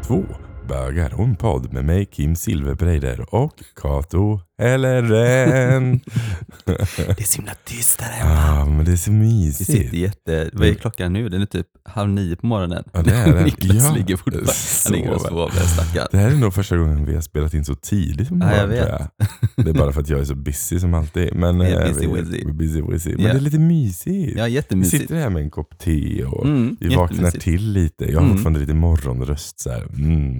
2 bögar och en podd med mig, Kim Silverbreider och Kato Helleren. Det är så himla tyst där hemma. Ja, men det är så mysigt. Vi sitter vad är klockan nu? Den är typ 8:30 på morgonen. Ja, det är det. Niklas ligger fortfarande. Han ligger och sover, stackaren. Det här är nog första gången vi har spelat in så tidigt som jag vet. Det är bara för att jag är så busy som alltid. Men Vi är busy. Men det är lite mysigt. Ja, Vi jättemysigt. sitter här med en kopp te och vi vaknar jättemysigt. till lite. Jag har fortfarande lite morgonröst så här.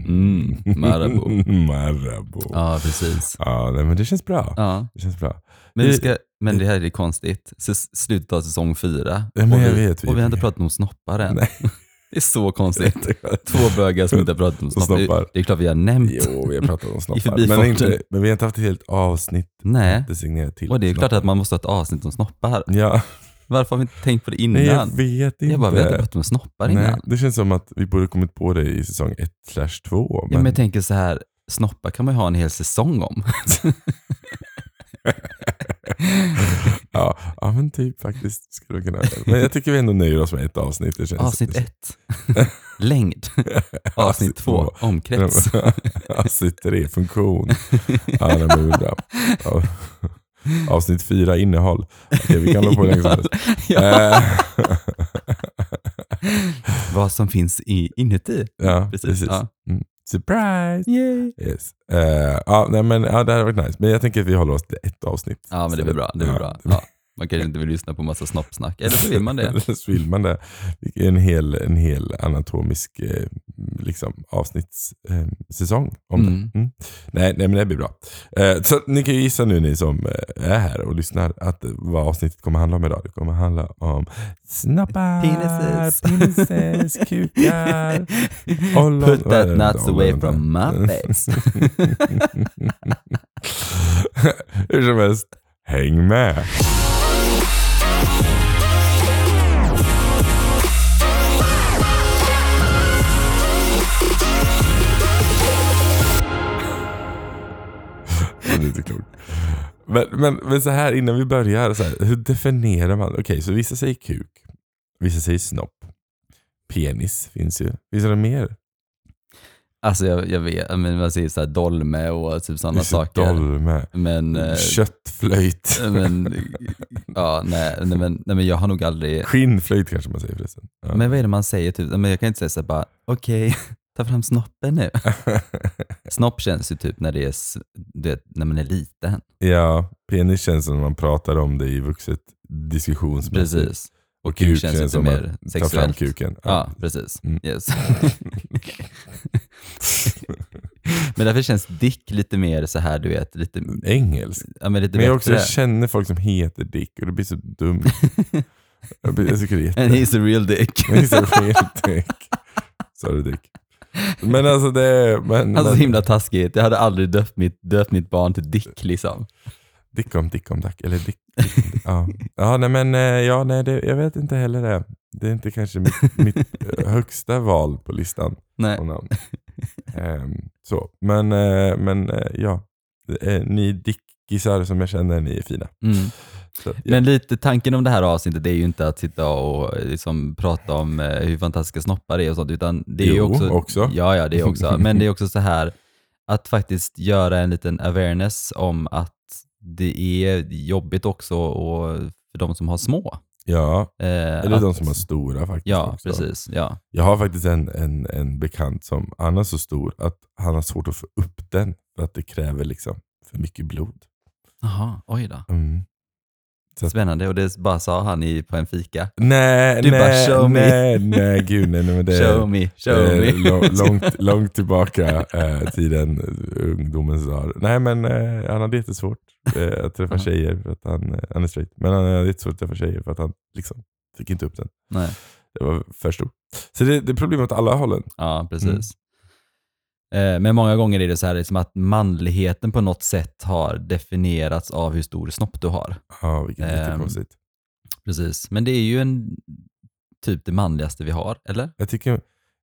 Marabou. Ja, precis. Ja, nej, men det känns bra. Ja. Det känns bra. Men det här är konstigt. Slutet av säsong 4. Ja, men jag vet, och vi har inte pratat om snoppar än. Nej. Det är så konstigt. 2 bögar som inte har pratat om snoppar. Det är klart vi har nämnt. Jo, vi har pratat om snoppar. förbifarten. Men vi har inte haft ett helt avsnitt. Nej. Designerat till Och det är klart snoppar. att man måste ha ett avsnitt om snoppar. Ja. Varför har vi inte tänkt på det innan? Nej, jag vet inte. Jag bara, vi har inte pratat om snoppar innan. Nej, det känns som att vi borde kommit på det i säsong 1/2. Men jag tänker så här, snoppar kan man ju ha en hel säsong om. ja, men typ faktiskt skulle det kunna. Men jag tycker vi ändå nöjer oss med ett avsnitt. Det känns Avsnitt 1. Längd. Avsnitt 2. Omkrets. Avsnitt 3. Funktion. Ja, det blir bra. Ja. Avsnitt 4. Innehåll. Okej, vi kan hålla på länge som helst. Vad som finns inuti. Ja, precis. Ja. Surprise! Yay. Yes. Det hade varit nice. Men jag tänker att vi håller oss till ett avsnitt. Ja, men det blir bra. Det blir bra. Ja. Man kanske inte vill lyssna på massa snoppsnack. Eller så vill man det. Eller så vill man det. En hel anatomisk avsnittssäsong om det. Nej, men det blir bra. Så ni kan ju gissa nu, ni som är här och lyssnar, att vad avsnittet kommer handla om idag. Det kommer handla om snoppar, penises, kukar. Put that nuts away from my face. Hur som helst, häng med. Det är inte klokt. Men så här innan vi börjar, så här, hur definierar man? Okej, så vissa säger kuk, vissa säger snopp. Penis finns ju. Finns det mer? Alltså jag vet, men man säger så här dolme och typ sådana saker. Dolme. Men köttflöjt. Men jag har nog aldrig. Skinnflöjt kanske man säger förresten. Ja. Men vad är det man säger typ? Men jag kan inte säga så här bara okej, ta fram snoppen nu. Snopp känns ju typ när det är, du vet, när man är liten. Ja, penis känns som när man pratar om det i vuxet diskussionsmässigt. Precis. Och kuk känns lite mer sexuellt. Ta fram kuken. Ja, precis. Yes. Men därför känns dick lite mer så här, du vet, lite engelsk. Ja, men lite men jag bättre. också känner folk som heter Dick och det blir så dumt. jag tycker det är And he's a real dick. He's a real dick. Sorry Dick. Men alltså det är... Alltså himla taskigt. Jag hade aldrig döpt mitt barn till Dick liksom. Dick om Dack. Eller Dick. Ja, nej men jag vet inte heller det. Det är inte kanske mitt högsta val på listan. Nej. Så. Men ni dickisar som jag känner, ni är fina. Så, ja. Men lite tanken om det här avsnittet är ju inte att sitta och liksom prata om hur fantastiska snoppar är och sånt, utan det är ju också. Ja, det är också. Men det är också så här att faktiskt göra en liten awareness om att det är jobbigt också och för de som har små. Ja, eller de som har stora faktiskt. Ja, också. precis. Ja. Jag har faktiskt en bekant som han är så stor att han har svårt att få upp den för att det kräver liksom för mycket blod. Jaha, oj då. Så spännande, och det bara sa han på en fika. Nej, bara show me. Nej, gud, nej, men det show me. Långt tillbaka tiden, ungdomens dagar. Nej, men han hade jättesvårt att träffa tjejer för att han är straight. Men han hade jättesvårt att träffa tjejer för att han liksom fick inte upp den. Nej. Det var för stort. Så det är problem åt alla hållen. Ja, precis. Men många gånger är det så här liksom att manligheten på något sätt har definierats av hur stor snopp du har. Ja, vilket är jättekonstigt. Precis, men det är ju typ det manligaste vi har, eller? Jag tycker,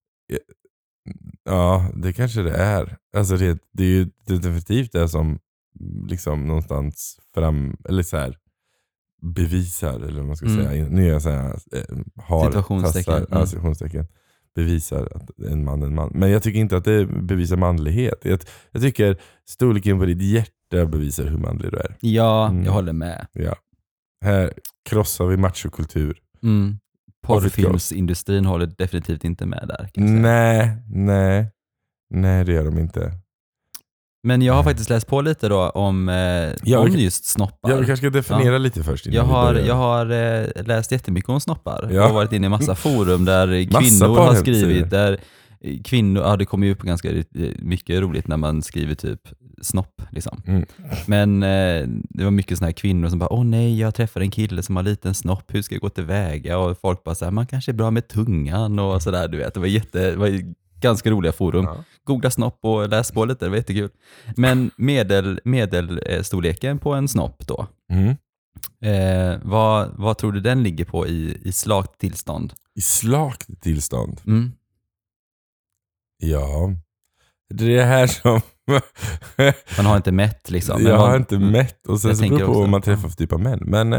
ja, det kanske det är. Alltså det är ju definitivt det som liksom någonstans eller så här bevisar, eller vad man ska säga. Nu är jag så här, har situationstecken. situationstecken. bevisar att en man är en man. Men jag tycker inte att det bevisar manlighet. Jag tycker storleken på ditt hjärta bevisar hur manlig du är. Ja, jag håller med. Ja. Här krossar vi machokultur. Porrfilmsindustrin håller definitivt inte med där. Nej, det gör de inte. Men jag har faktiskt läst på lite då om just snoppar. Jag kanske ska definiera lite först. Jag har läst jättemycket om snoppar. Jag har varit inne i massa forum där kvinnor har skrivit. Det kommer ju upp ganska mycket roligt när man skriver typ snopp. Liksom. Men det var mycket såna här kvinnor som bara, nej, jag träffar en kille som har liten snopp, hur ska jag gå tillväga? Och folk bara så här, man kanske är bra med tungan och sådär, du vet. Det var ganska roliga forum. Ja. Googla snopp och läs på lite, det var jättekul. Men medelstorleken på en snopp då. Vad tror du den ligger på i slakt tillstånd? I slakt tillstånd? Ja, det är det här som... Man har inte mätt liksom. Jag har inte mätt. Och sen så beror på om man träffar för typ av män. Men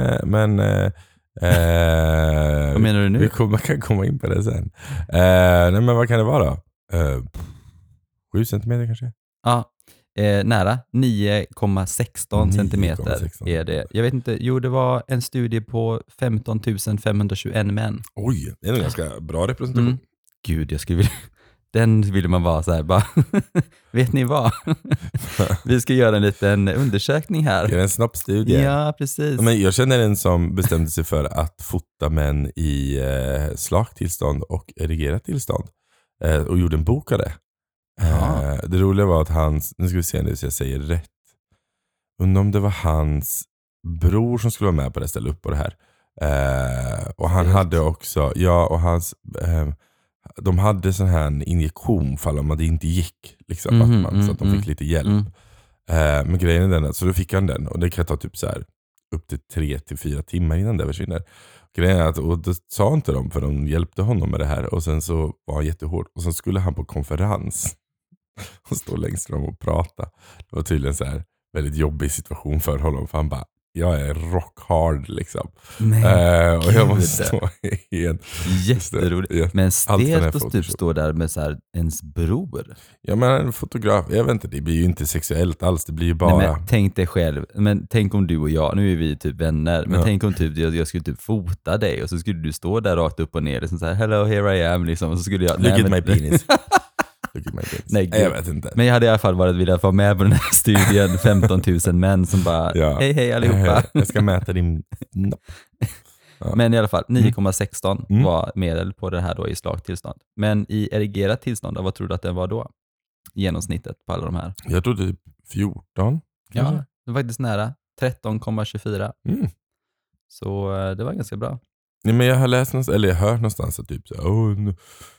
vad menar du nu? Man kan komma in på det sen. Nej, men vad kan det vara då? 7 centimeter kanske? Ja, nära. 9,16 centimeter är det. Jag vet inte, det var en studie på 15 521 män. Oj, det är en ganska bra representation. Gud, jag skulle vilja... Den vill man vara så här bara, vet ni vad? Vi ska göra en liten undersökning här. Göra en snoppstudie. Ja, precis. Men jag känner en som bestämde sig för att fota män i slaktillstånd och erigerat tillstånd. Och gjorde en bok av det. Det roliga var att nu ska vi se så jag säger rätt. Undrar om det var hans bror som skulle vara med på det, ställa upp på det här. Och han hade också, och hans... de hade sån här injektion om det inte gick liksom, så att de fick lite hjälp. Men grejen är den, så då fick han den, och det kan ta typ så här upp till 3-4 timmar innan det försvinner. Grejen är att, och det sa inte de, för de hjälpte honom med det här, och sen så var han jättehård, och sen skulle han på konferens och stå längst fram och prata. Det var tydligen så här väldigt jobbig situation för honom, för han bara, jag är rock hard liksom. Och jag måste stå helt... Jätteroligt. Men stelt och typ stå där med så här ens bror. Ja, men en fotograf, jag vet inte, det blir ju inte sexuellt alls, det blir ju bara... Nej, men tänk dig själv, tänk om du och jag, nu är vi typ vänner, men tänk om typ jag skulle typ fota dig, och så skulle du stå där rakt upp och ner, liksom så här, hello, here I am, liksom, och så skulle jag... Look at my penis. Nej, jag vet inte. Men jag hade i alla fall velat vara med på den här studien. 15 000 män som bara hej allihopa. Jag ska mäta din nopp. Ja. Men i alla fall 9,16 var medel på det här då i slagtillstånd. Men i erigerat tillstånd, vad tror du att den var då? Genomsnittet på alla de här. Jag trodde typ 14. Ja, det var faktiskt nära. 13,24. Så det var ganska bra. Nej, men jag har läst eller jag har hört någonstans att typ så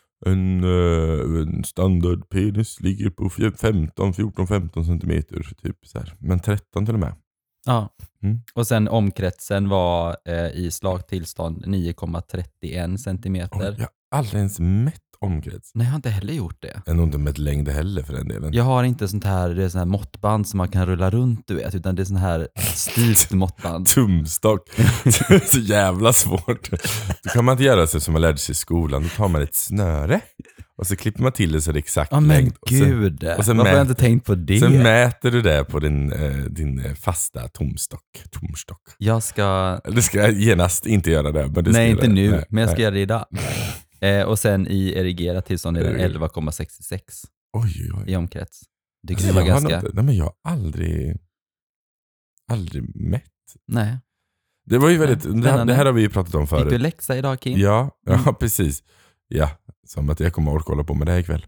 en standard penis ligger på 14-15 centimeter typ så här. Men 13 till och med. Ja. Och sen omkretsen var i slagtillstånd 9,31 centimeter. Jag har aldrig ens mätt omkrets. Nej, jag har inte heller gjort det. Jag har inte mätt längd heller för den delen. Jag har inte sånt här, det är sån här måttband som man kan rulla runt, du vet, utan det är sån här styvt måttband. Tumstock. Så jävla svårt. Då kan man inte göra så som man lärde sig i skolan. Då tar man ett snöre och så klipper man till det så det är exakt längd. Men gud, varför har jag inte tänkt på det? Sen mäter du det på din fasta tomstock. Jag ska... Du ska genast inte göra det. Men nej, inte nu, men jag ska göra det idag. Och sen i erigerat tillstånd är den 11,66. Oj. I omkrets. Tycker det var ganska... Nej, men jag har aldrig mätt. Nej. Det var ju väldigt... Det här har vi ju pratat om förut. Fick du läxa idag, Kim? Ja, precis. Ja, som att jag kommer att kolla på med det här ikväll.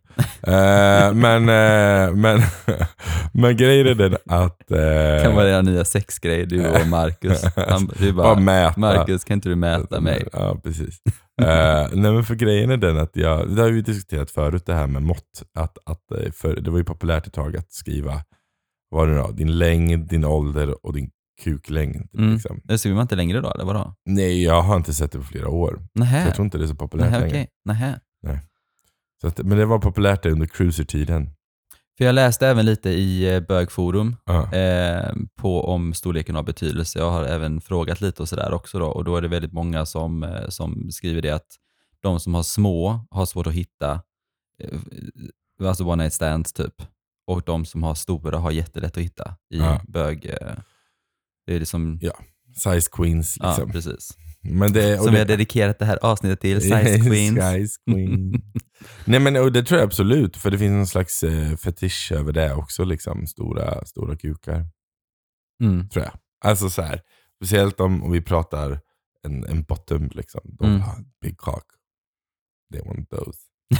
Men grejen är den att... kan vara den nya sexgrej, du och Marcus. Du bara mäta. Marcus, kan inte du mäta mig? Ja, precis. Nej, men för grejen är den att det har vi diskuterat förut, det här med mått. För det var ju populärt ett tag att skriva din längd, din ålder och din kuklängd. Liksom. Det skriver man inte längre då, eller vadå? Nej, jag har inte sett det på flera år. Nähä. Jag tror inte det är så populärt längre. Okay. Nej. Så men det var populärt under cruisertiden. För jag läste även lite i bögforum på om storleken av betydelse. Jag har även frågat lite och sådär också då. Och då är det väldigt många som skriver det att de som har små har svårt att hitta, alltså one night stands typ. Och de som har stora har jättelätt att hitta i bög. Det är liksom... Ja, size queens liksom. Ja, precis. Men det, som vi har dedikerat det här avsnittet till, size queens. Size queen. Nej men och det tror jag absolut, för det finns någon slags fetisch över det också liksom, stora kukar. Tror jag. Alltså så här, speciellt om vi pratar en bottom liksom, de har big cock. They want those.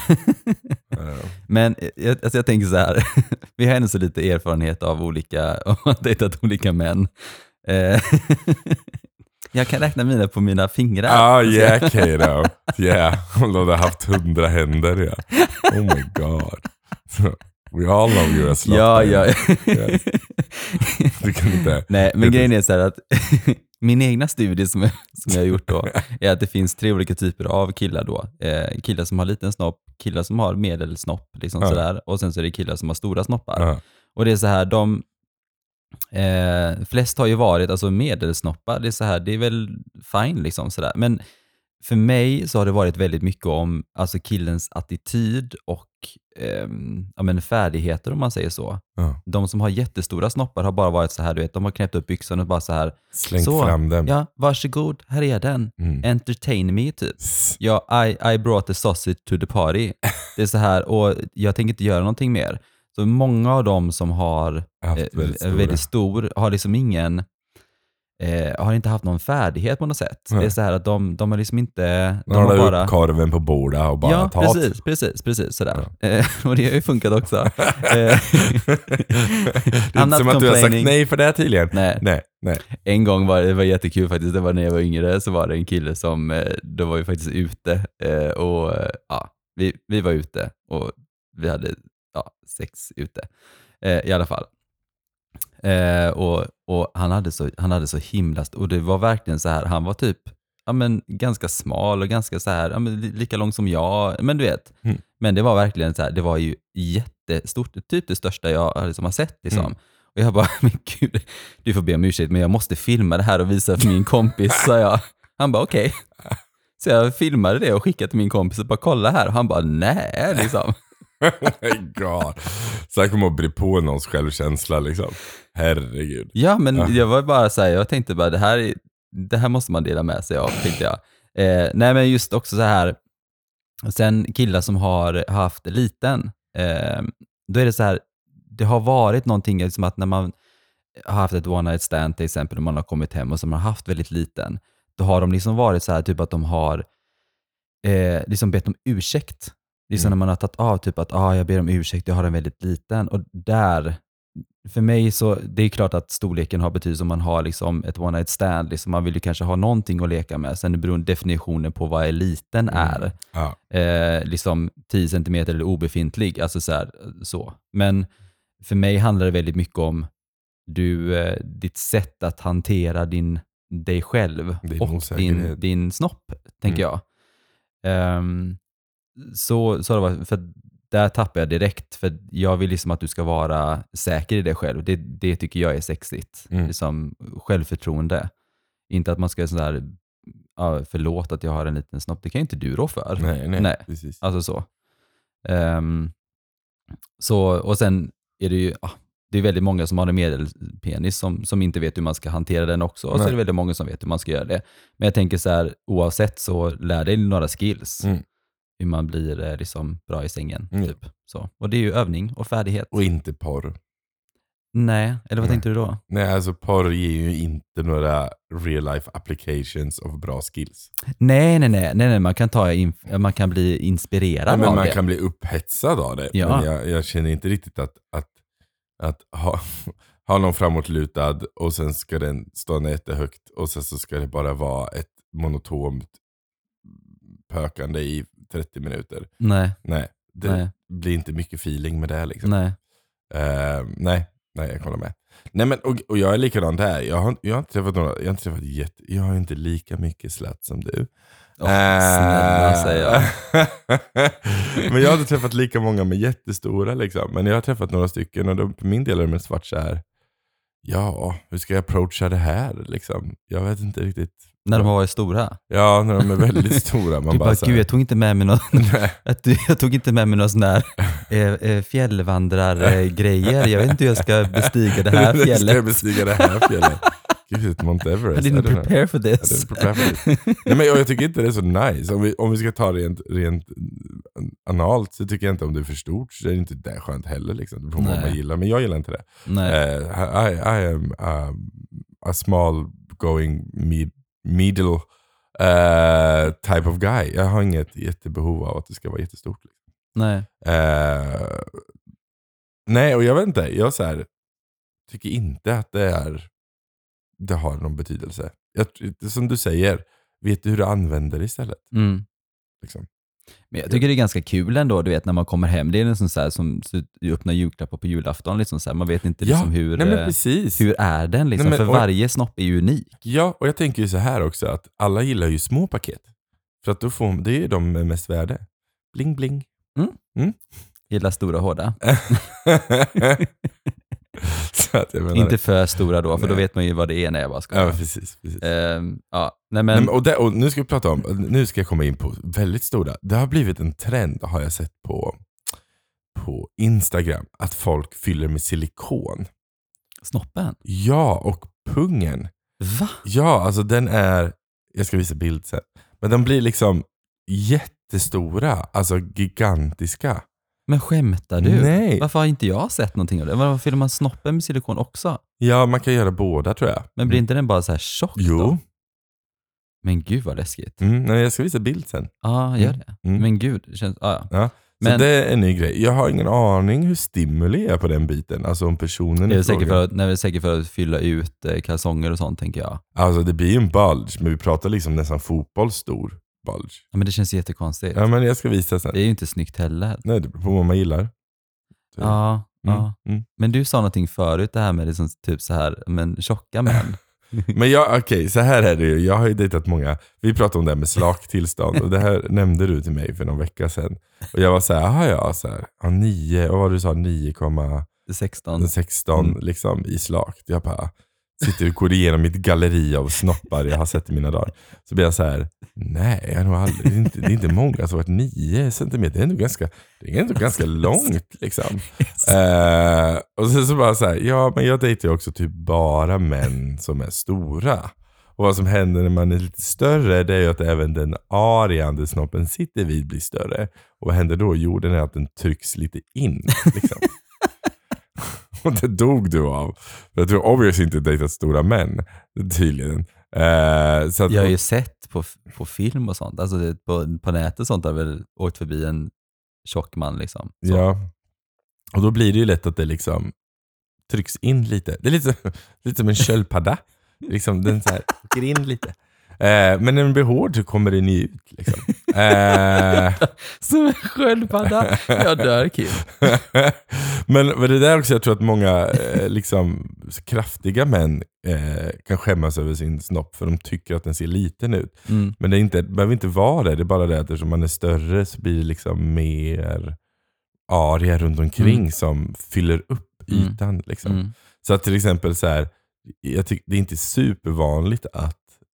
Men jag tänker så här, vi har ändå så lite erfarenhet av dejtat olika män. Jag kan räkna mina på mina fingrar. Yeah, Kato. Yeah, de har haft 100 händer, ja. Oh my god. We all know you're a slut. Ja. Yes. Du kan inte... Nej, men grejen är så här att min egna studie som jag har gjort då är att det finns 3 olika typer av killar då. Killar som har liten snopp, killar som har medelsnopp liksom sådär, och sen så är det killar som har stora snoppar. Och det är så här, flest har ju varit alltså medelsnoppar, det är så här, det är väl fine liksom sådär. Men för mig så har det varit väldigt mycket om alltså killens attityd och färdigheter, om man säger så. De som har jättestora snoppar har bara varit så här, du vet, de har knäppt upp byxorna och bara så här, slängt fram dem. Ja, varsågod, här är den. Entertain me typ. Ja, I brought the sausage to the party. Det är så här, och jag tänker inte göra någonting mer. Så många av dem som har väldigt stor har liksom har inte haft någon färdighet på något sätt. Det är så här att de har liksom inte... De har bara upp korven på bordet och bara tagit. Precis sådär. Och det har ju funkat också. Det är inte som att du har sagt nej för det tydligen. Nej. En gång var det jättekul faktiskt. Det var när jag var yngre, så var det en kille som, då var vi faktiskt ute och vi var ute och vi hade sex ute i alla fall. Och han hade så himla, och det var verkligen så här, han var typ ganska smal och ganska så här, lika lång som jag, men du vet. Men det var verkligen så här, det var ju jättestort, typ det största jag liksom har sett liksom. Och jag bara, men gud, du får be om ursäkt, men jag måste filma det här och visa för min kompis, sa jag. Han bara okej. Så jag filmade det och skickade till min kompis och bara kolla här, och han bara nej liksom. Oh my god. Så jag kommer att bli på någons självkänsla liksom. Herregud. Ja, men jag var bara så här, jag tänkte bara det här måste man dela med sig av, tänkte jag. Nej, men just också så här, sen killar som har haft liten, då är det så här, det har varit någonting liksom att när man har haft ett one night stand till exempel, och man har kommit hem och som har haft väldigt liten, då har de liksom varit så här typ att de har liksom bett om ursäkt. Liksom när man har tagit av typ att jag ber om ursäkt, jag har en väldigt liten. Och där, för mig så, det är klart att storleken har betydelse om man har liksom ett one night stand. Liksom man vill ju kanske ha någonting att leka med. Sen beror definitionen på vad är liten är. Liksom 10 cm eller obefintlig. Alltså så. Men för mig handlar det väldigt mycket om ditt sätt att hantera dig själv och din snopp, tänker jag. Så det var, för där tappar jag direkt, för jag vill liksom att du ska vara säker i dig själv. Det tycker jag är sexigt. Liksom självförtroende. Inte att man ska sådär, förlåt att jag har en liten snopp. Det kan ju inte du rå för. Nej, precis. Alltså så. Så, och sen är det ju, det är väldigt många som har en medelpenis som inte vet hur man ska hantera den också. Och så är det väldigt många som vet hur man ska göra det. Men jag tänker så här, oavsett så lär dig några skills. Hur man blir liksom bra i sängen. Typ. Så. Och det är ju övning och färdighet. Och inte porr. Nej, eller vad tänkte du då? Nej, alltså porr ger ju inte några real life applications of bra skills. Nej, man kan bli inspirerad av det. Men man kan bli upphetsad av det. Ja. Men jag känner inte riktigt att ha någon framåtlutad och sen ska den stå jättehögt och sen så ska det bara vara ett monotont pökande i 30 minuter. Nej. Det blir inte mycket feeling med det liksom. Nej, jag kollar med. Nej, men och jag är likadan där. Jag har inte träffat några, jag har inte lika mycket slätt som du. Snälla, säger jag. Men jag har inte träffat lika många med jättestora liksom. Men jag har träffat några stycken och för min del är de svart så här. Ja, hur ska jag approacha det här liksom? Jag vet inte riktigt. När de har varit stora? Ja, när de är väldigt stora. Man bara gud, jag tog inte med mig någon sån här fjällvandrargrejer. Jag vet inte hur jag ska bestiga det här fjället. Ska jag bestiga det här fjället? Gud, Mount Everest. I didn't prepare for this. Nej, men jag tycker inte det är så nice. Om vi ska ta rent analt, så tycker jag inte om det är för stort, så är det inte det skönt heller liksom. Det får man gilla, men jag gillar inte det. I am a small going middle type of guy. Jag har inget jättebehov av att det ska vara jättestort. Nej. Nej, och jag vet inte. Jag så här, tycker inte att det har någon betydelse. Som du säger, vet du hur du använder det istället? Liksom. Men jag tycker det är ganska kul ändå, du vet, när man kommer hem. Det är en sån så här som du öppnar julklappar på julafton. Liksom så här. Man vet inte liksom hur är den liksom. För varje snopp är ju unik. Ja, och jag tänker ju så här också, att alla gillar ju små paket. För att då det är ju de med mest värde. Bling bling. Gillar stora hårda. Så att jag menar inte för stora då, för då vet man ju vad det är när jag bara ska. Ja, precis. Och nu ska vi prata om, nu ska jag komma in på väldigt stora. Det har blivit en trend, har jag sett på Instagram, att folk fyller med silikon. Snoppen? Ja, och pungen. Va? Ja, alltså den är, jag ska visa bild sen, men de blir liksom jättestora, alltså gigantiska. Men skämtar du? Nej. Varför har inte jag sett någonting av det? Varför fyller man snoppen med silikon också? Ja, man kan göra båda, tror jag. Men blir inte den bara så här tjock? Jo. Då? Men gud vad läskigt. Nej, jag ska visa bild sen. Ja, gör det. Men gud, det känns... Ja. Så det är en ny grej. Jag har ingen aning hur stimuli är på den biten. Alltså om personen är säkert för att fylla ut kalsonger och sånt, tänker jag. Alltså det blir ju en bulge, men vi pratar liksom nästan fotbollsstor bulge. Ja, men det känns jättekonstigt. Ja, men jag ska visa sen. Det är ju inte snyggt heller. Nej, det beror på vad man gillar. Ja. Men du sa någonting förut, det här med liksom, typ så här, men tjocka män. Men okej, så här är det ju. Jag har ju dejtat många. Vi pratade om det här med slaktillstånd, och det här nämnde du till mig för någon vecka sedan. Och jag var så här, så här, 9, vad var det du sa, 9,16 liksom i slakt. Jag bara sitter och går igenom mitt galleri av snoppar jag har sett i mina dagar. Så blir jag så här, nej, jag har nog aldrig, det är inte många som har varit 9 centimeter. Det är ändå ganska långt liksom. Och så bara så här, ja, men jag dejtar ju också typ bara män som är stora. Och vad som händer när man är lite större, det är ju att även den areande snoppen sitter vid blir större. Och vad händer då? Jo, den är att den trycks lite in liksom. Och det dog du av. För jag tror obviously inte dejtat stora män. Tydligen. Så att, jag har ju sett på film och sånt. Alltså på nätet och sånt har väl åkt förbi en tjock man liksom. Så. Ja. Och då blir det ju lätt att det liksom trycks in lite. Det är lite som en köldpadda. Liksom den så här trycker in lite. Men när den blir hård så kommer den ut liksom. Som en sköldpadda. Jag dör, Kim. Men det där också, jag tror att många liksom kraftiga män kan skämmas över sin snopp, för de tycker att den ser liten ut. Men det behöver inte vara det. Det är bara det att eftersom man är större så blir det liksom mer area runt omkring som fyller upp ytan liksom. Så att till exempel så här, jag tycker det är inte supervanligt att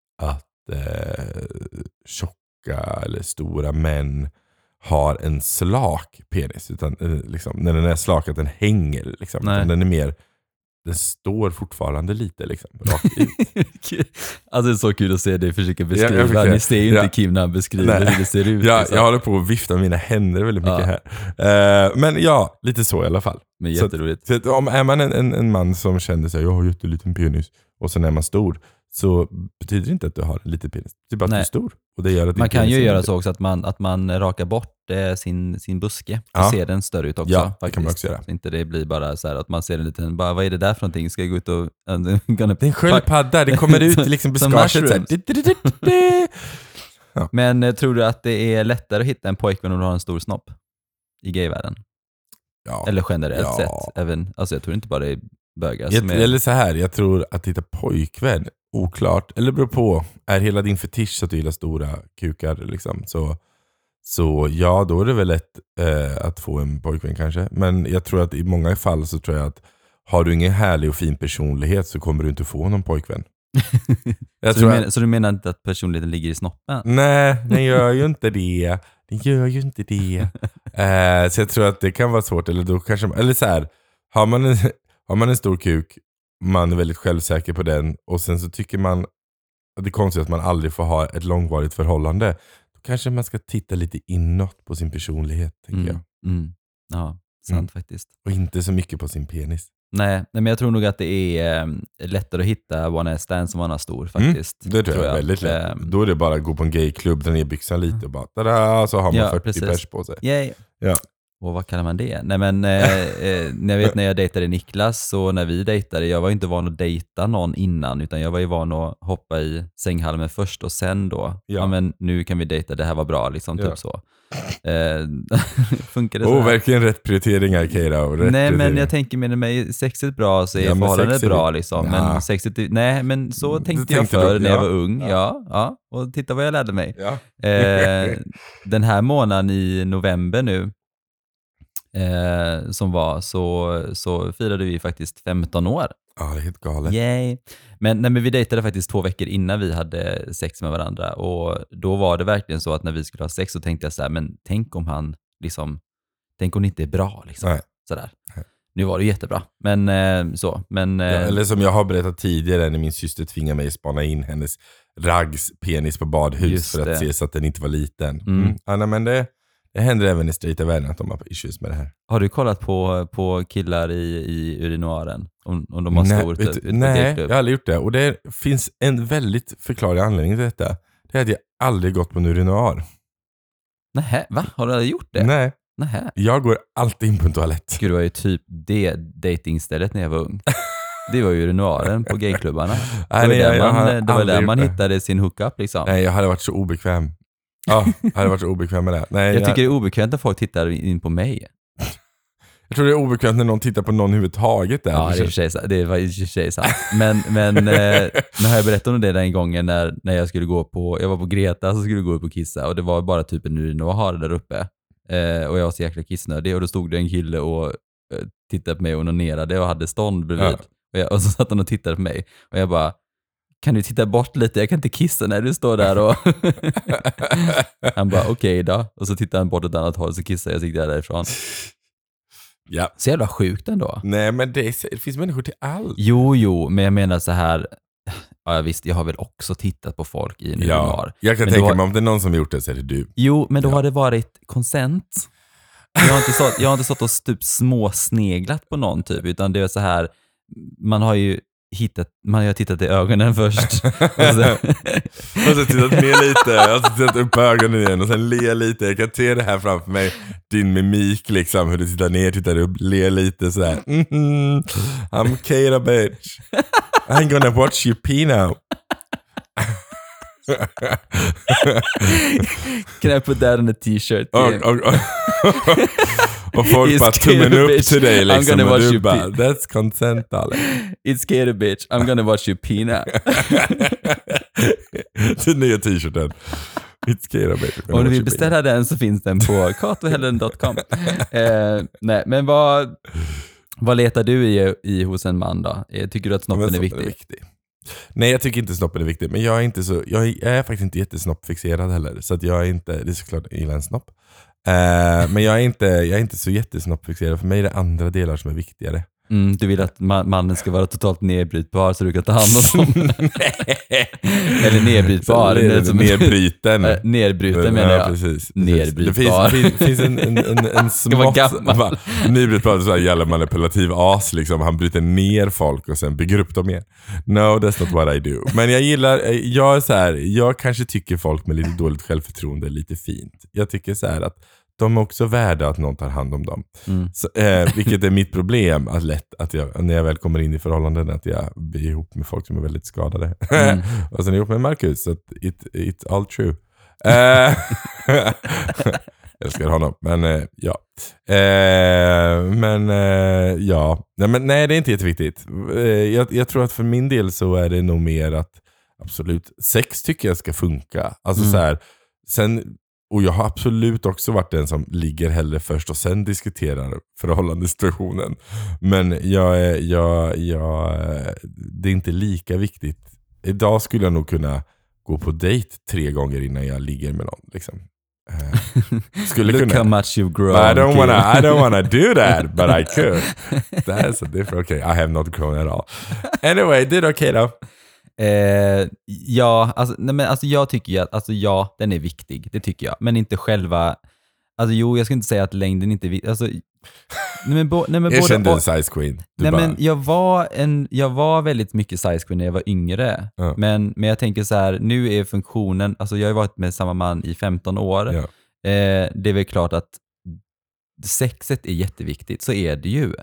tjocka eller stora män har en slak penis, utan liksom, när den är slak att den hänger liksom. Den är mer, den står fortfarande lite liksom rakt ut. Alltså det är så kul att se dig försöka beskriva. Ni ser ju inte Kim när han beskriver hur det ser ut. Jag håller på att vifta mina händer väldigt mycket här. Men ja, lite så i alla fall. Men jätteroligt. Så om är man en man som känner sig, jag har jätteliten penis, och sen är man stor, så betyder det inte att du har en liten penis. Det är bara att du är stor. Och det gör att man kan ju göra så också att man rakar bort sin buske. Och ser den större ut också. Ja, det kan man också göra. Så inte det blir bara så här att man ser en liten, bara, vad är det där för någonting? Ska jag gå ut och... Det är en sköldpadda, det kommer ut liksom buskaget. Ja. Men tror du att det är lättare att hitta en pojkvän om du har en stor snopp i gayvärlden? Ja. Eller generellt sett. Även, alltså jag tror inte bara det är bögar som Eller så här, jag tror att hitta pojkvän, oklart. Eller beror på, är hela din fetisch att du gillar stora kukar liksom, så ja, då är det väl lätt att få en pojkvän kanske. Men jag tror att i många fall så tror jag att har du ingen härlig och fin personlighet så kommer du inte få någon pojkvän. Så du menar inte att personligheten ligger i snoppen? Nej, den gör ju inte det. Så jag tror att det kan vara svårt. Eller så här, har man en stor kuk, man är väldigt självsäker på den, och sen så tycker man att det är konstigt att man aldrig får ha ett långvarigt förhållande, då kanske man ska titta lite inåt på sin personlighet, tänker jag. Ja, sant faktiskt. Och inte så mycket på sin penis. Nej, men jag tror nog att det är lättare att hitta one night stand som man har stor faktiskt. Det tror jag är väldigt lätt. Då är det bara att gå på en gayklubb, dra ner byxan lite och bara tada, så har man 40 pers på sig. Yay. Ja. Och vad kallar man det? Nej, men när jag dejtade Niklas, så när vi dejtade, jag var inte van att dejta någon innan, utan jag var ju van att hoppa i sänghalmen först och sen då, men nu kan vi dejta, det här var bra liksom, typ så. Funkar det så? Verkligen rätt prioriteringar, Keira. Nej, men jag tänker med mig sexet bra så är förhållandet bra liksom. Men sexet, nej, men så tänkte jag förr när jag var ung. Ja. Och titta vad jag lärde mig. Den här månaden i november nu som var, så firade vi faktiskt 15 år. Ja, det är helt galet. Yay. Men vi dejtade faktiskt 2 veckor innan vi hade sex med varandra, och då var det verkligen så att när vi skulle ha sex så tänkte jag så här, men tänk om han liksom, tänk om det inte är bra liksom. Nej. Sådär. Nej. Nu var det jättebra, men så. Men, eller som jag har berättat tidigare, när min syster tvingade mig att spana in hennes rags penis på badhus för att se så att den inte var liten. Men det händer även i straighta världen att de har issues med det här. Har du kollat på killar i urinoaren? Om de har stor Nej, jag har aldrig gjort det. Och det finns en väldigt förklarlig anledning till detta. Det är att jag aldrig gått på en urinoar. Nej, va? Har du aldrig gjort det? Nej. Nähä. Jag går alltid in på en toalett. Gud, det var ju typ det datingstället när jag var ung. Det var ju urinoaren på gayklubbarna. Det var där man hittade sin hookup liksom. Nej, jag hade varit så obekväm. Ja, jag hade varit så obekväm med det. Nej, jag tycker det är obekvämt när folk tittar in på mig. Jag tror det är obekvämt när någon tittar på någon överhuvudtaget. Ja, det var i och för sig sant. Men nu har jag berättat om det den gången när jag skulle gå på, jag var på Greta, så skulle jag gå upp och kissa, och det var bara typ en urinoar där uppe. Och jag var så jäkla kissnödig, och då stod det en kille och tittade på mig och onanerade och hade stånd bredvid. Ja. Och så satt han och tittade på mig, och jag bara, kan du titta bort lite? Jag kan inte kissa när du står där. Och han bara, okej då. Och så tittade han bort åt ett annat håll, så kissade jag och gick därifrån. Ja. Så jävla sjukt ändå. Nej, men det finns människor till allt. Jo, men jag menar så här. Ja, visst, jag har väl också tittat på folk i en urinoar. Jag kan tänka mig om det är någon som gjort det, så är det du. Jo, men då har det varit konsent. Jag har inte stått och typ småsneglat på någon typ, utan det är så här, man har tittat i ögonen först. och så tittat ner lite, och så tittat upp på ögonen igen och sen le lite. Jag kan se det här framför mig, din mimik liksom, hur du tittar ner, tittar upp, le lite sådär. I'm Keira bitch. I'm gonna watch you pee now. Can I put that on a t-shirt? Och folk bara tummen upp till dig liksom, och du bara, that's consent, darling. It's Keira bitch, I'm gonna watch you pee now. Den nya t-shirten. It's Keira bitch. Om du vill beställa den så finns den på katohellen.com. Nej, men vad letar du i hos en man då? Tycker du att snoppen är viktig? Nej, jag tycker inte snoppen är viktig. Men jag är faktiskt inte jättesnoppfixerad heller. Så att jag är inte, det är såklart jag gillar en snopp. Men jag är inte så jättesnoppfixerad. För mig är det andra delar som är viktigare. Du vill att mannen ska vara totalt nedbrytbar så du kan ta hand om dem. Eller nedbrytbar. Nedbryten. Nedbruten menar jag. Precis. Nedbrytbar. Det finns en smått... Nedbrytbar är så här jävla manipulativ as liksom. Han bryter ner folk och sen bygger upp dem igen. No, that's not what I do. Men jag kanske tycker folk med lite dåligt självförtroende är lite fint. Jag tycker så här att de är också värda att någon tar hand om dem. Så, vilket är mitt problem. Att jag, när jag väl kommer in i förhållanden, att jag blir ihop med folk som är väldigt skadade. Och sen ihop med Marcus. Så it's all true. Jag älskar honom. Men ja. Nej, det är inte jätteviktigt. Jag tror att för min del så är det nog mer att absolut, sex tycker jag ska funka. Alltså så här, sen Och jag har absolut också varit den som ligger hellre först och sen diskuterar förhållandesituationen. Men det är inte lika viktigt. Idag skulle jag nog kunna gå på dejt 3 gånger innan jag ligger med någon. Liksom. Skulle Look kunna. How much you've grown. I don't wanna do that, but I could. That's a different. Okay, I have not grown at all. Anyway, det är okej då. Ja, alltså jag tycker ju att den är viktig, det tycker jag. Men inte själva, alltså jag ska inte säga att längden inte är viktig. Alltså, jag kände en size queen. Men jag var väldigt mycket size queen när jag var yngre. Ja. Men jag tänker så här, nu är funktionen, alltså jag har varit med samma man i 15 år. Ja. Det är väl klart att sexet är jätteviktigt, så är det ju.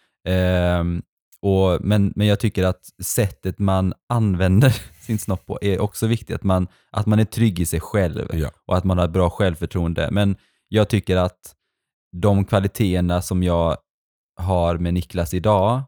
Men jag tycker att sättet man använder sin snopp på är också viktigt. Att man är trygg i sig själv, ja. Och att man har bra självförtroende. Men jag tycker att de kvaliteterna som jag har med Niklas idag,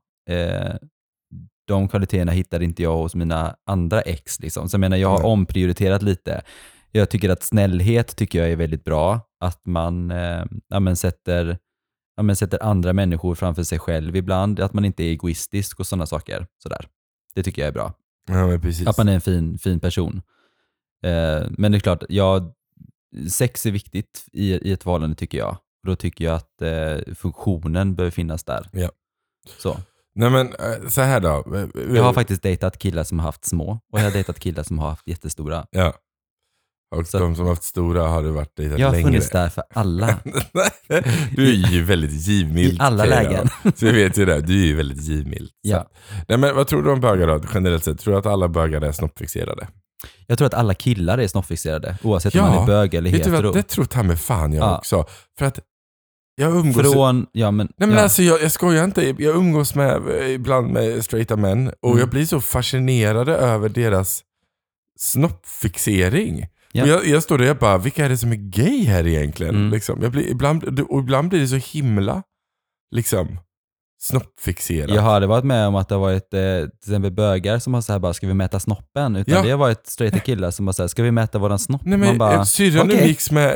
de kvaliteterna hittade inte jag hos mina andra ex. Liksom. Så jag menar, jag har omprioriterat lite. Jag tycker att snällhet tycker jag är väldigt bra. Att man sätter andra människor framför sig själv ibland. Att man inte är egoistisk och sådana saker. Sådär. Det tycker jag är bra. Ja, men precis. Att man är en fin person. Men det är klart, sex är viktigt i ett förhållande tycker jag. Då tycker jag att funktionen behöver finnas där. Ja. Så. Nej men så här då. Jag har faktiskt dejtat killar som har haft små. Och jag har dejtat killar som har haft jättestora. Ja. Och så, de som har haft stora har du varit dejtat längre. Jag har funnits där för alla. Du är ju väldigt givmild. I alla lägen. Så jag vet ju det. Du är ju väldigt givmild. Ja. Nej men vad tror du om bögar då? Generellt sett. Tror du att alla bögar är snoppfixerade? Jag tror att alla killar är snoppfixerade. Oavsett om man är bög eller hetero. Det tror jag med fan jag också. För att jag umgås... Alltså jag skojar inte. Jag umgås ibland med straighta män. Och jag blir så fascinerad över deras snoppfixering. Ja. Jag står där och bara, vilka är det som är gay här egentligen? Liksom. Ibland blir det så himla liksom snoppfixerat. Jag har varit med om att det har varit till exempel bögar som har så här bara, ska vi mäta snoppen? Utan det har varit straighta killar som har så här, ska vi mäta våran snopp? Nej, men bara, syrran mix med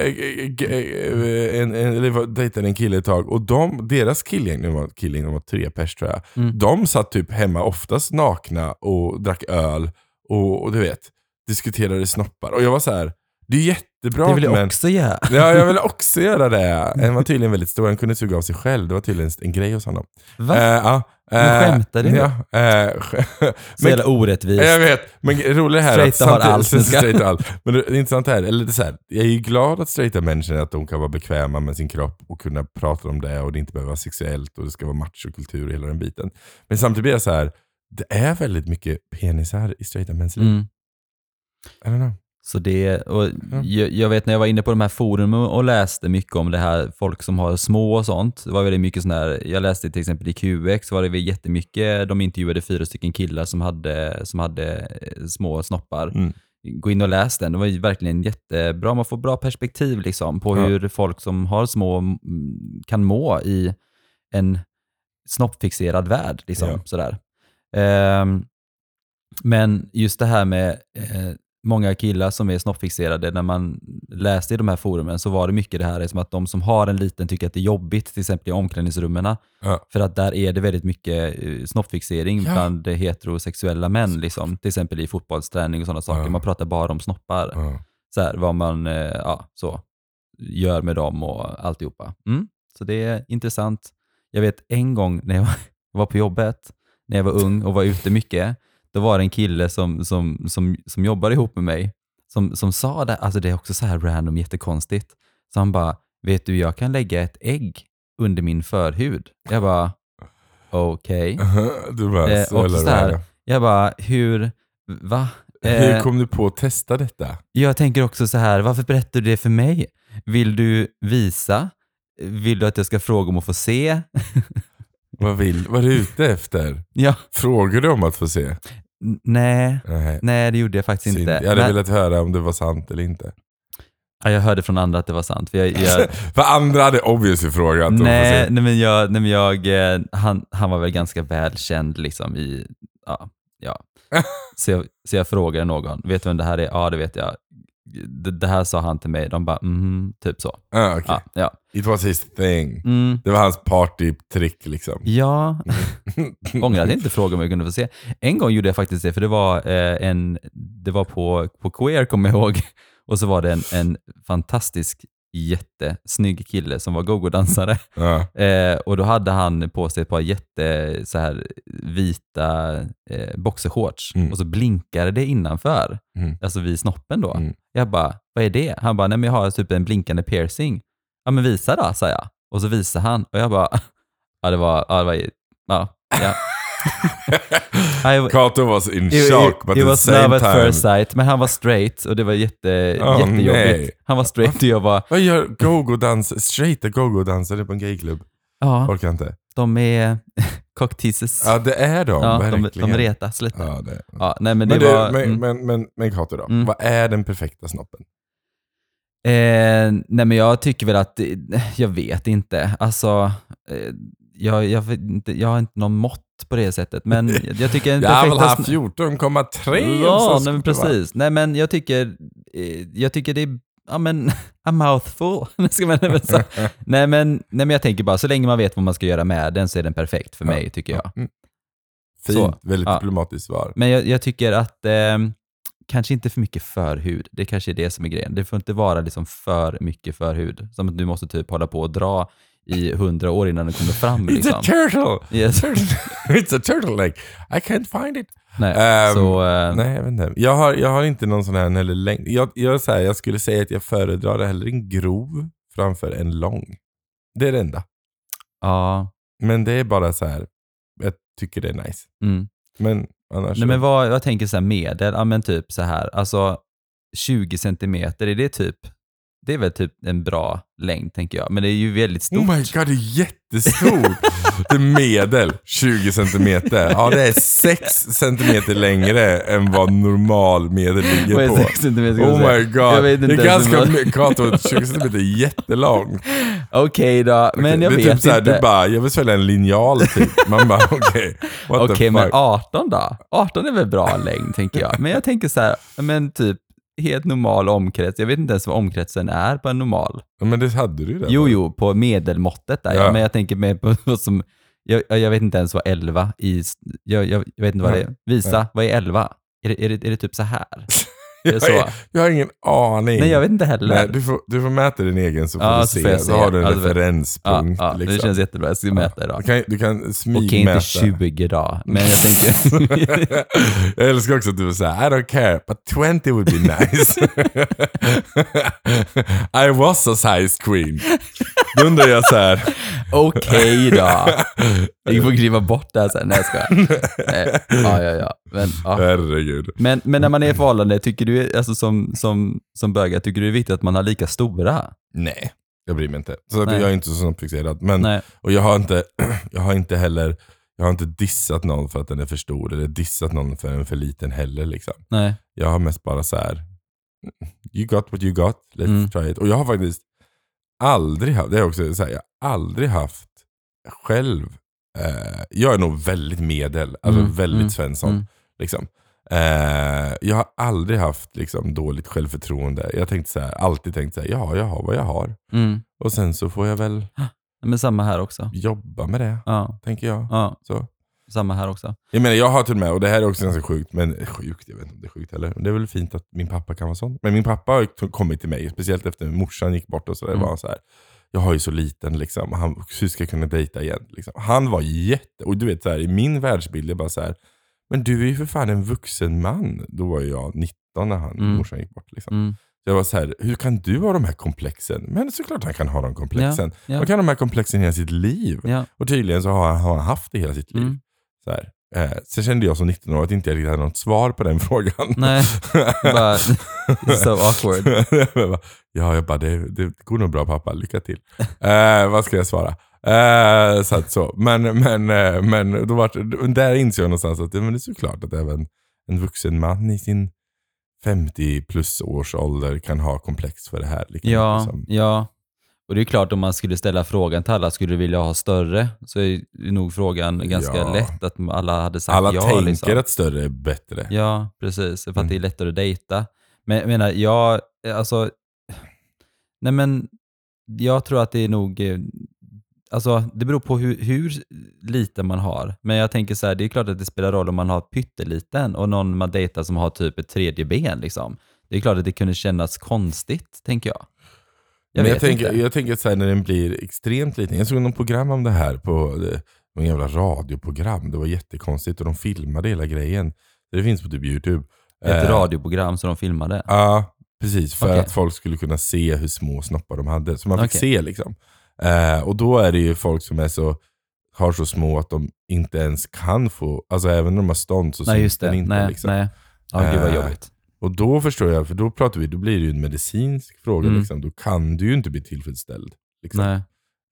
dejtade en kille ett tag och deras killing, de var 3 pers tror jag. De satt typ hemma oftast nakna och drack öl och du vet, diskuterade snoppar. Och jag var så här, det är jättebra. Det vill jag också göra. Ja, jag vill också göra det. Han var tydligen väldigt stor, han kunde suga av sig själv. Det var tydligen en grej hos honom. Va? Men skämtar du? Ja. Så jävla orättvist. Jag vet, men roligt här straighta har allt. Men det är intressant här, eller det är så här, jag är ju glad att straighta människor att de kan vara bekväma med sin kropp och kunna prata om det och det inte behöver vara sexuellt och det ska vara machokultur och hela den biten. Men samtidigt blir jag så här, det är väldigt mycket penisar i straighta mäns liv. I don't know. Så jag vet när jag var inne på de här forumen och läste mycket om det här, folk som har små och sånt. Det var väldigt mycket sån här, jag läste till exempel i QX var det jättemycket, de intervjuade 4 stycken killar som hade små snoppar. Gå in och läs den, det var verkligen jättebra, man får bra perspektiv liksom på hur folk som har små kan må i en snoppfixerad värld liksom, sådär. Men just det här med många killar som är snoppfixerade, när man läste i de här forumen så var det mycket det här som att de som har en liten tycker att det är jobbigt, till exempel i omklädningsrummen. För att där är det väldigt mycket snoppfixering bland heterosexuella män, liksom. Till exempel i fotbollsträning och sådana saker. Man pratar bara om snoppar. Så här, vad man så gör med dem och alltihopa. Så det är intressant. Jag vet en gång när jag var på jobbet, när jag var ung och var ute mycket, då var det en kille som jobbar ihop med mig som sa det, alltså det är också så här random, jättekonstigt. Så han bara, vet du, jag kan lägga ett ägg under min förhud. Jag bara, okej. Du bara, och så här, jag bara, va? Hur kom du på att testa detta? Jag tänker också så här, varför berättar du det för mig? Vill du visa? Vill du att jag ska fråga om att få se? Vad är du ute efter? Ja. Frågar du om att få se? Nej, det gjorde jag faktiskt inte. Jag hade velat höra om det var sant eller inte. Ja, jag hörde från andra att det var sant. För andra hade obviously frågat. Han var väl ganska välkänd liksom i... Ja. Så jag frågade någon, vet du vem det här är? Ja, det vet jag. det här sa han till mig. De bara, typ så. Okay. Ja. It was his thing. Det var hans partytrick liksom. Ja. Ångrar att jag inte frågade om jag kunde få se. En gång gjorde jag faktiskt det, för det var på Queer, kommer jag ihåg. Och så var det en fantastisk, jättesnygg kille som var go-go-dansare. Och då hade han på sig ett par så här vita boxershorts. Och så blinkade det innanför. Alltså vid snoppen då. Jag bara, vad är det? Han bara, nej men jag har typ en blinkande piercing. Ja men visa då, sa jag. Och så visade han. Och jag bara, Kato was in shock, but he at was the same love time. at first sight, men han var straight och det var jättejobbigt. Nej. Han var straight och jag bara... Vad gör straighta go-go-dansare på en gayklubb? Ja, orkar inte. De är cockteases. Ja, det är de. Ja, de retas lite. Ja, det. Ja, nej, men det var... Men Kato då, vad är den perfekta snoppen? Nej men jag tycker väl att, jag vet inte. Alltså, jag har inte någon mått på det sättet. Men jag tycker jag har väl haft 14,3. Ja, nej, men precis. Nej men jag tycker det är a mouthful. nej men jag tänker bara, så länge man vet vad man ska göra med den så är den perfekt för mig, tycker jag. Fint, så, väldigt diplomatiskt svar. Men jag tycker att kanske inte för mycket förhud. Det kanske är det som är grejen. Det får inte vara liksom för mycket förhud. Som att du måste typ hålla på och dra i 100 år innan den kommer fram. Liksom. It's a turtle! Yes. It's a turtleneck. I can't find it. Nej, nej, jag vet inte. Jag har inte någon sån här eller längd. Jag skulle säga att jag föredrar hellre en grov framför en lång. Det är det enda. Ja. Men det är bara så här. Jag tycker det är nice. Men annars... Nej, men vad tänker så här medel? Ja, men typ så här. Alltså 20 centimeter, är det typ... Det är väl typ en bra längd, tänker jag. Men det är ju väldigt stort. Oh my god, det är jättestort. Det är medel, 20 centimeter. Ja, det är 6 centimeter längre än vad normal medel ligger på. 6 centimeter, oh my god. Det är ganska mycket. Kato, 20 centimeter är jättelång. Okej då, men jag vet typ så här, inte. Du bara, jag vill svälja en linjal typ. Man bara, okej, men 18 då? 18 är väl bra längd, tänker jag. Men jag tänker så här, men typ helt normal omkrets. Jag vet inte ens vad omkretsen är på en normal. Ja, men det hade du ju där. Jo, på medelmåttet där. Ja. Men jag tänker med på vad som... Jag vet inte ens vad 11 i... Jag vet inte vad det är. Visa, vad är 11? Är det typ så här? Jag har ingen aning. Nej, jag vet inte heller. Nej, du får mäta din egen så får du se. Så har du en referenspunkt. Ja, liksom. Det känns jättebra. Jag ska mäta idag. Du kan smygmäta. Okej, inte 20 då. Men jag tänker... Jag älskar också att du säger I don't care, but 20 would be nice. I was a size queen. Då undrar jag så här. Okej då. Jag får skriva bort det här sen. Nej, jag ska. Ja. Men, ja. Herregud. Men när man är i förhållande, tycker du, alltså som bögar, tycker du det är viktigt att man har lika stora? Nej, jag bryr mig inte. Så jag är inte så fixerad. Men, och jag har inte dissat någon för att den är för stor eller dissat någon för en för liten heller liksom. Nej. Jag har mest bara så här. You got what you got, let's try it. Och jag har faktiskt aldrig haft, det är också så här, jag har aldrig haft själv, jag är nog väldigt medel, alltså väldigt Svensson liksom. Jag har aldrig haft liksom dåligt självförtroende. Jag tänkte så här, alltid tänkt så här, ja, jag har vad jag har. Och sen så får jag väl men samma här också. Jobba med det, tänker jag. Ja. Så. Samma här också. Jag menar, jag har till med, och det här är också ganska sjukt, men sjukt, jag vet inte om det är sjukt heller. Det är väl fint att min pappa kan vara sån. Men min pappa har kommit till mig, speciellt efter morsan gick bort och så där, var han så här. Jag har ju så liten liksom, hur ska jag kunna dejta igen liksom. Han var och du vet så här, i min världsbild är bara så här, men du är ju för fan en vuxen man. Då var jag 19 när morsan gick bort liksom. Så jag var så här, hur kan du ha de här komplexen? Men såklart han kan ha de komplexen. Ja. Man kan ha de här komplexen hela sitt liv. Ja. Och tydligen så har han haft det hela sitt liv. Så här. Så kände jag som 19 år att inte jag riktigt hade något svar på den frågan. Nej, bara so awkward. Jag bara, det går nog bra pappa, lycka till. Vad ska jag svara? Så. Men då där insåg jag någonstans att det är såklart att även en vuxen man i sin 50 plus års ålder kan ha komplex för det här. Ja. Och det är klart, om man skulle ställa frågan till alla, skulle du vilja ha större? Så är nog frågan ganska lätt att alla hade sagt alla ja. Alla tänker liksom. att större är bättre. Ja, precis. För att det är lättare att dejta. Men jag menar, jag tror att det är nog, alltså det beror på hur lite man har. Men jag tänker så här, det är klart att det spelar roll om man har pytteliten och någon man dejtar som har typ ett tredje ben liksom. Det är klart att det kunde kännas konstigt, tänker jag. Jag tänker så här, när den blir extremt liten. Jag såg någon program om det här på någon jävla radioprogram. Det var jättekonstigt och de filmade hela grejen. Det finns på typ YouTube. Ett radioprogram som de filmade? Ja, precis. För att folk skulle kunna se hur små snoppar de hade. Så man fick se liksom. Och då är det ju folk som har så små att de inte ens kan få, alltså även när de har stånd så syns den inte. Liksom. Ja, det var jobbigt. Och då förstår jag, för då blir det ju en medicinsk fråga liksom. Då kan du ju inte bli tillfredsställd. Liksom.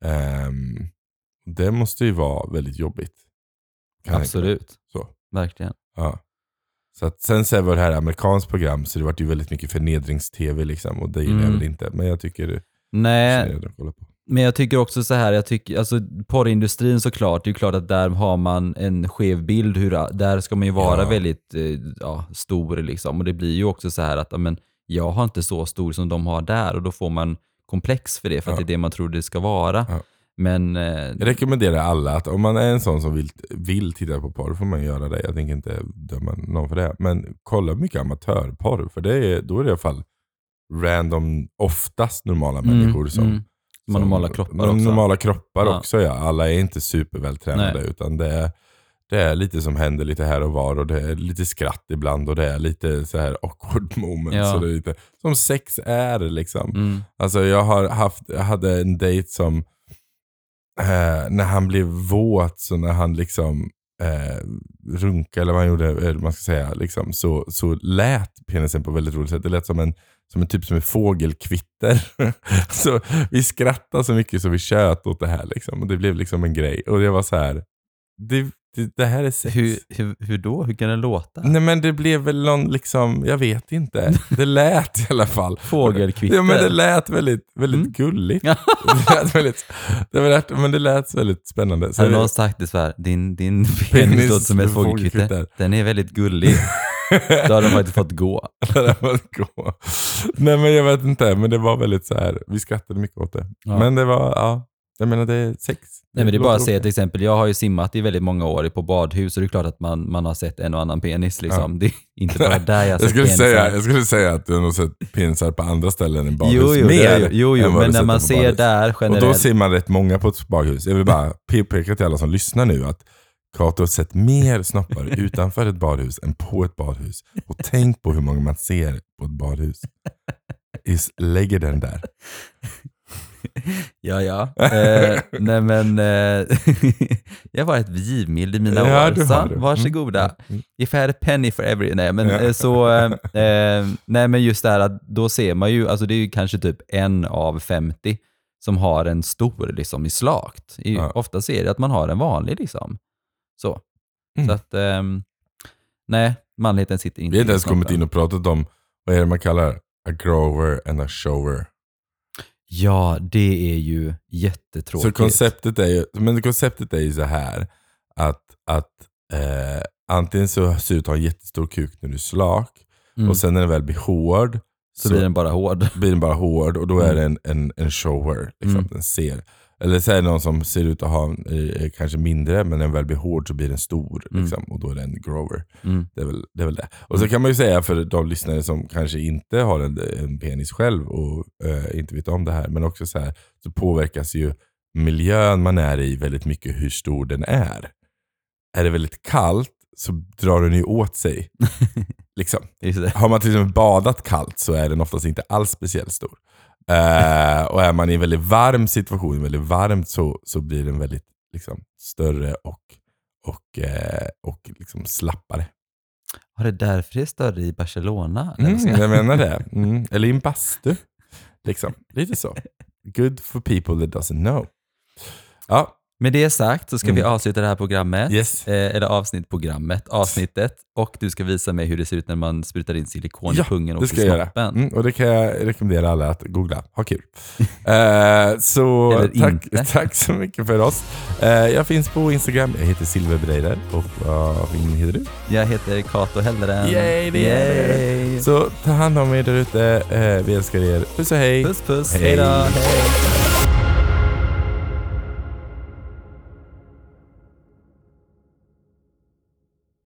Det måste ju vara väldigt jobbigt. Absolut. Så. Verkligen. Ja. Så att sen så var det här amerikanskt program, så det var ju väldigt mycket förnedrings-tv liksom, och det gillar jag väl inte. Men jag tycker det är kolla på. Men jag tycker också så här, alltså porrindustrin såklart, det är ju klart att där har man en skev bild, där ska man ju vara väldigt stor liksom, och det blir ju också så här att jag har inte så stor som de har där, och då får man komplex för det, för att det är det man tror det ska vara. Men jag rekommenderar alla att om man är en sån som vill titta på porr, får man göra det. Jag tänker inte döma någon för det, men kolla mycket amatörporr, för då är det i alla fall random, oftast normala människor som normala kroppar också. Normala kroppar också, ja. Alla är inte supervältränade, utan det är lite som händer lite här och var, och det är lite skratt ibland, och det är lite så här awkward moments, så det är lite som sex är liksom. Alltså jag hade en dejt som när han blev våt, så när han liksom runka eller vad han gjorde, eller man ska säga liksom, så lät penisen på väldigt roligt sätt. Det lät som en typ som en fågelkvitter. Så vi skrattade så mycket så vi tjöt åt det här liksom, och det blev liksom en grej, och det var så här, det här är sex. Hur då? Hur kan det låta? Nej, men det blev väl någon liksom, jag vet inte. Det lät i alla fall. Fågelkvitter. Ja, men det lät väldigt, väldigt gulligt. Men det lät väldigt spännande. Så har någon sagt det så här, din penis låter som ett fågelkvitter. Den är väldigt gullig. Då har de faktiskt fått gå. Nej, men jag vet inte. Men det var väldigt så här, vi skrattade mycket åt det. Ja. Men det var, jag menar det är sex. Nej, men det är bara att säga till exempel, jag har ju simmat i väldigt många år på badhus, och det är klart att man har sett en och annan penis liksom. Det är inte bara där jag har sett penisar. Jag skulle säga att du har sett penisar på andra ställen än badhus. Jo, men när man ser där generellt. Och då ser man rätt många på ett badhus. Jag vill bara peka till alla som lyssnar nu att Kato har sett mer snoppar utanför ett badhus än på ett badhus. Och tänk på hur många man ser på ett badhus. Lägger den där. Nej men jag var ett givmild i mina år, så varsågoda. If I had a penny for every. Nej men nej, men just det här att då ser man ju, alltså det är ju kanske typ 1 av 50 som har en stor liksom i slakt. Ofta ser det att man har en vanlig liksom. Så att nej, manligheten sitter inte. Vi har inte ens kommit in och pratat om, vad är det man kallar a grower and a shower. Ja, det är ju jättetråkigt. Så konceptet är ju så här att antingen så ser du ut att ha en jättestor kuk när du är slak, och sen när den väl blir hård så blir den bara hård. Och då är det en shower liksom, den ser. Eller så är det någon som ser ut att ha kanske mindre, men när den väl blir hård så blir den stor liksom, och då är det en grower. Det är väl det. Och så kan man ju säga för de lyssnare som kanske inte har en penis själv och inte vet om det här, men också så här, så påverkas ju miljön man är i väldigt mycket hur stor den är. Är det väldigt kallt så drar den ju åt sig. Liksom. Har man till exempel badat kallt så är den oftast inte alls speciellt stor. Och är man i en väldigt varm situation, väldigt varmt, så blir den väldigt liksom större och liksom slappare. Var det därför det är större i Barcelona? Jag menar det. Eller i en bastu. Liksom. Lite så. Good for people that doesn't know. Ja, Med det sagt så ska vi avsluta det här programmet, yes. eller avsnittet, och du ska visa mig hur det ser ut när man sprutar in silikon i pungen och i snoppen. Och det kan jag rekommendera alla att googla. Ha kul. Så tack så mycket för oss. Jag finns på Instagram, jag heter Silverbreider, och vad heter du? Jag heter Kato Helleren. Yay. Så ta hand om er där ute, vi älskar er. Puss och hej. Puss, hej då. Hej.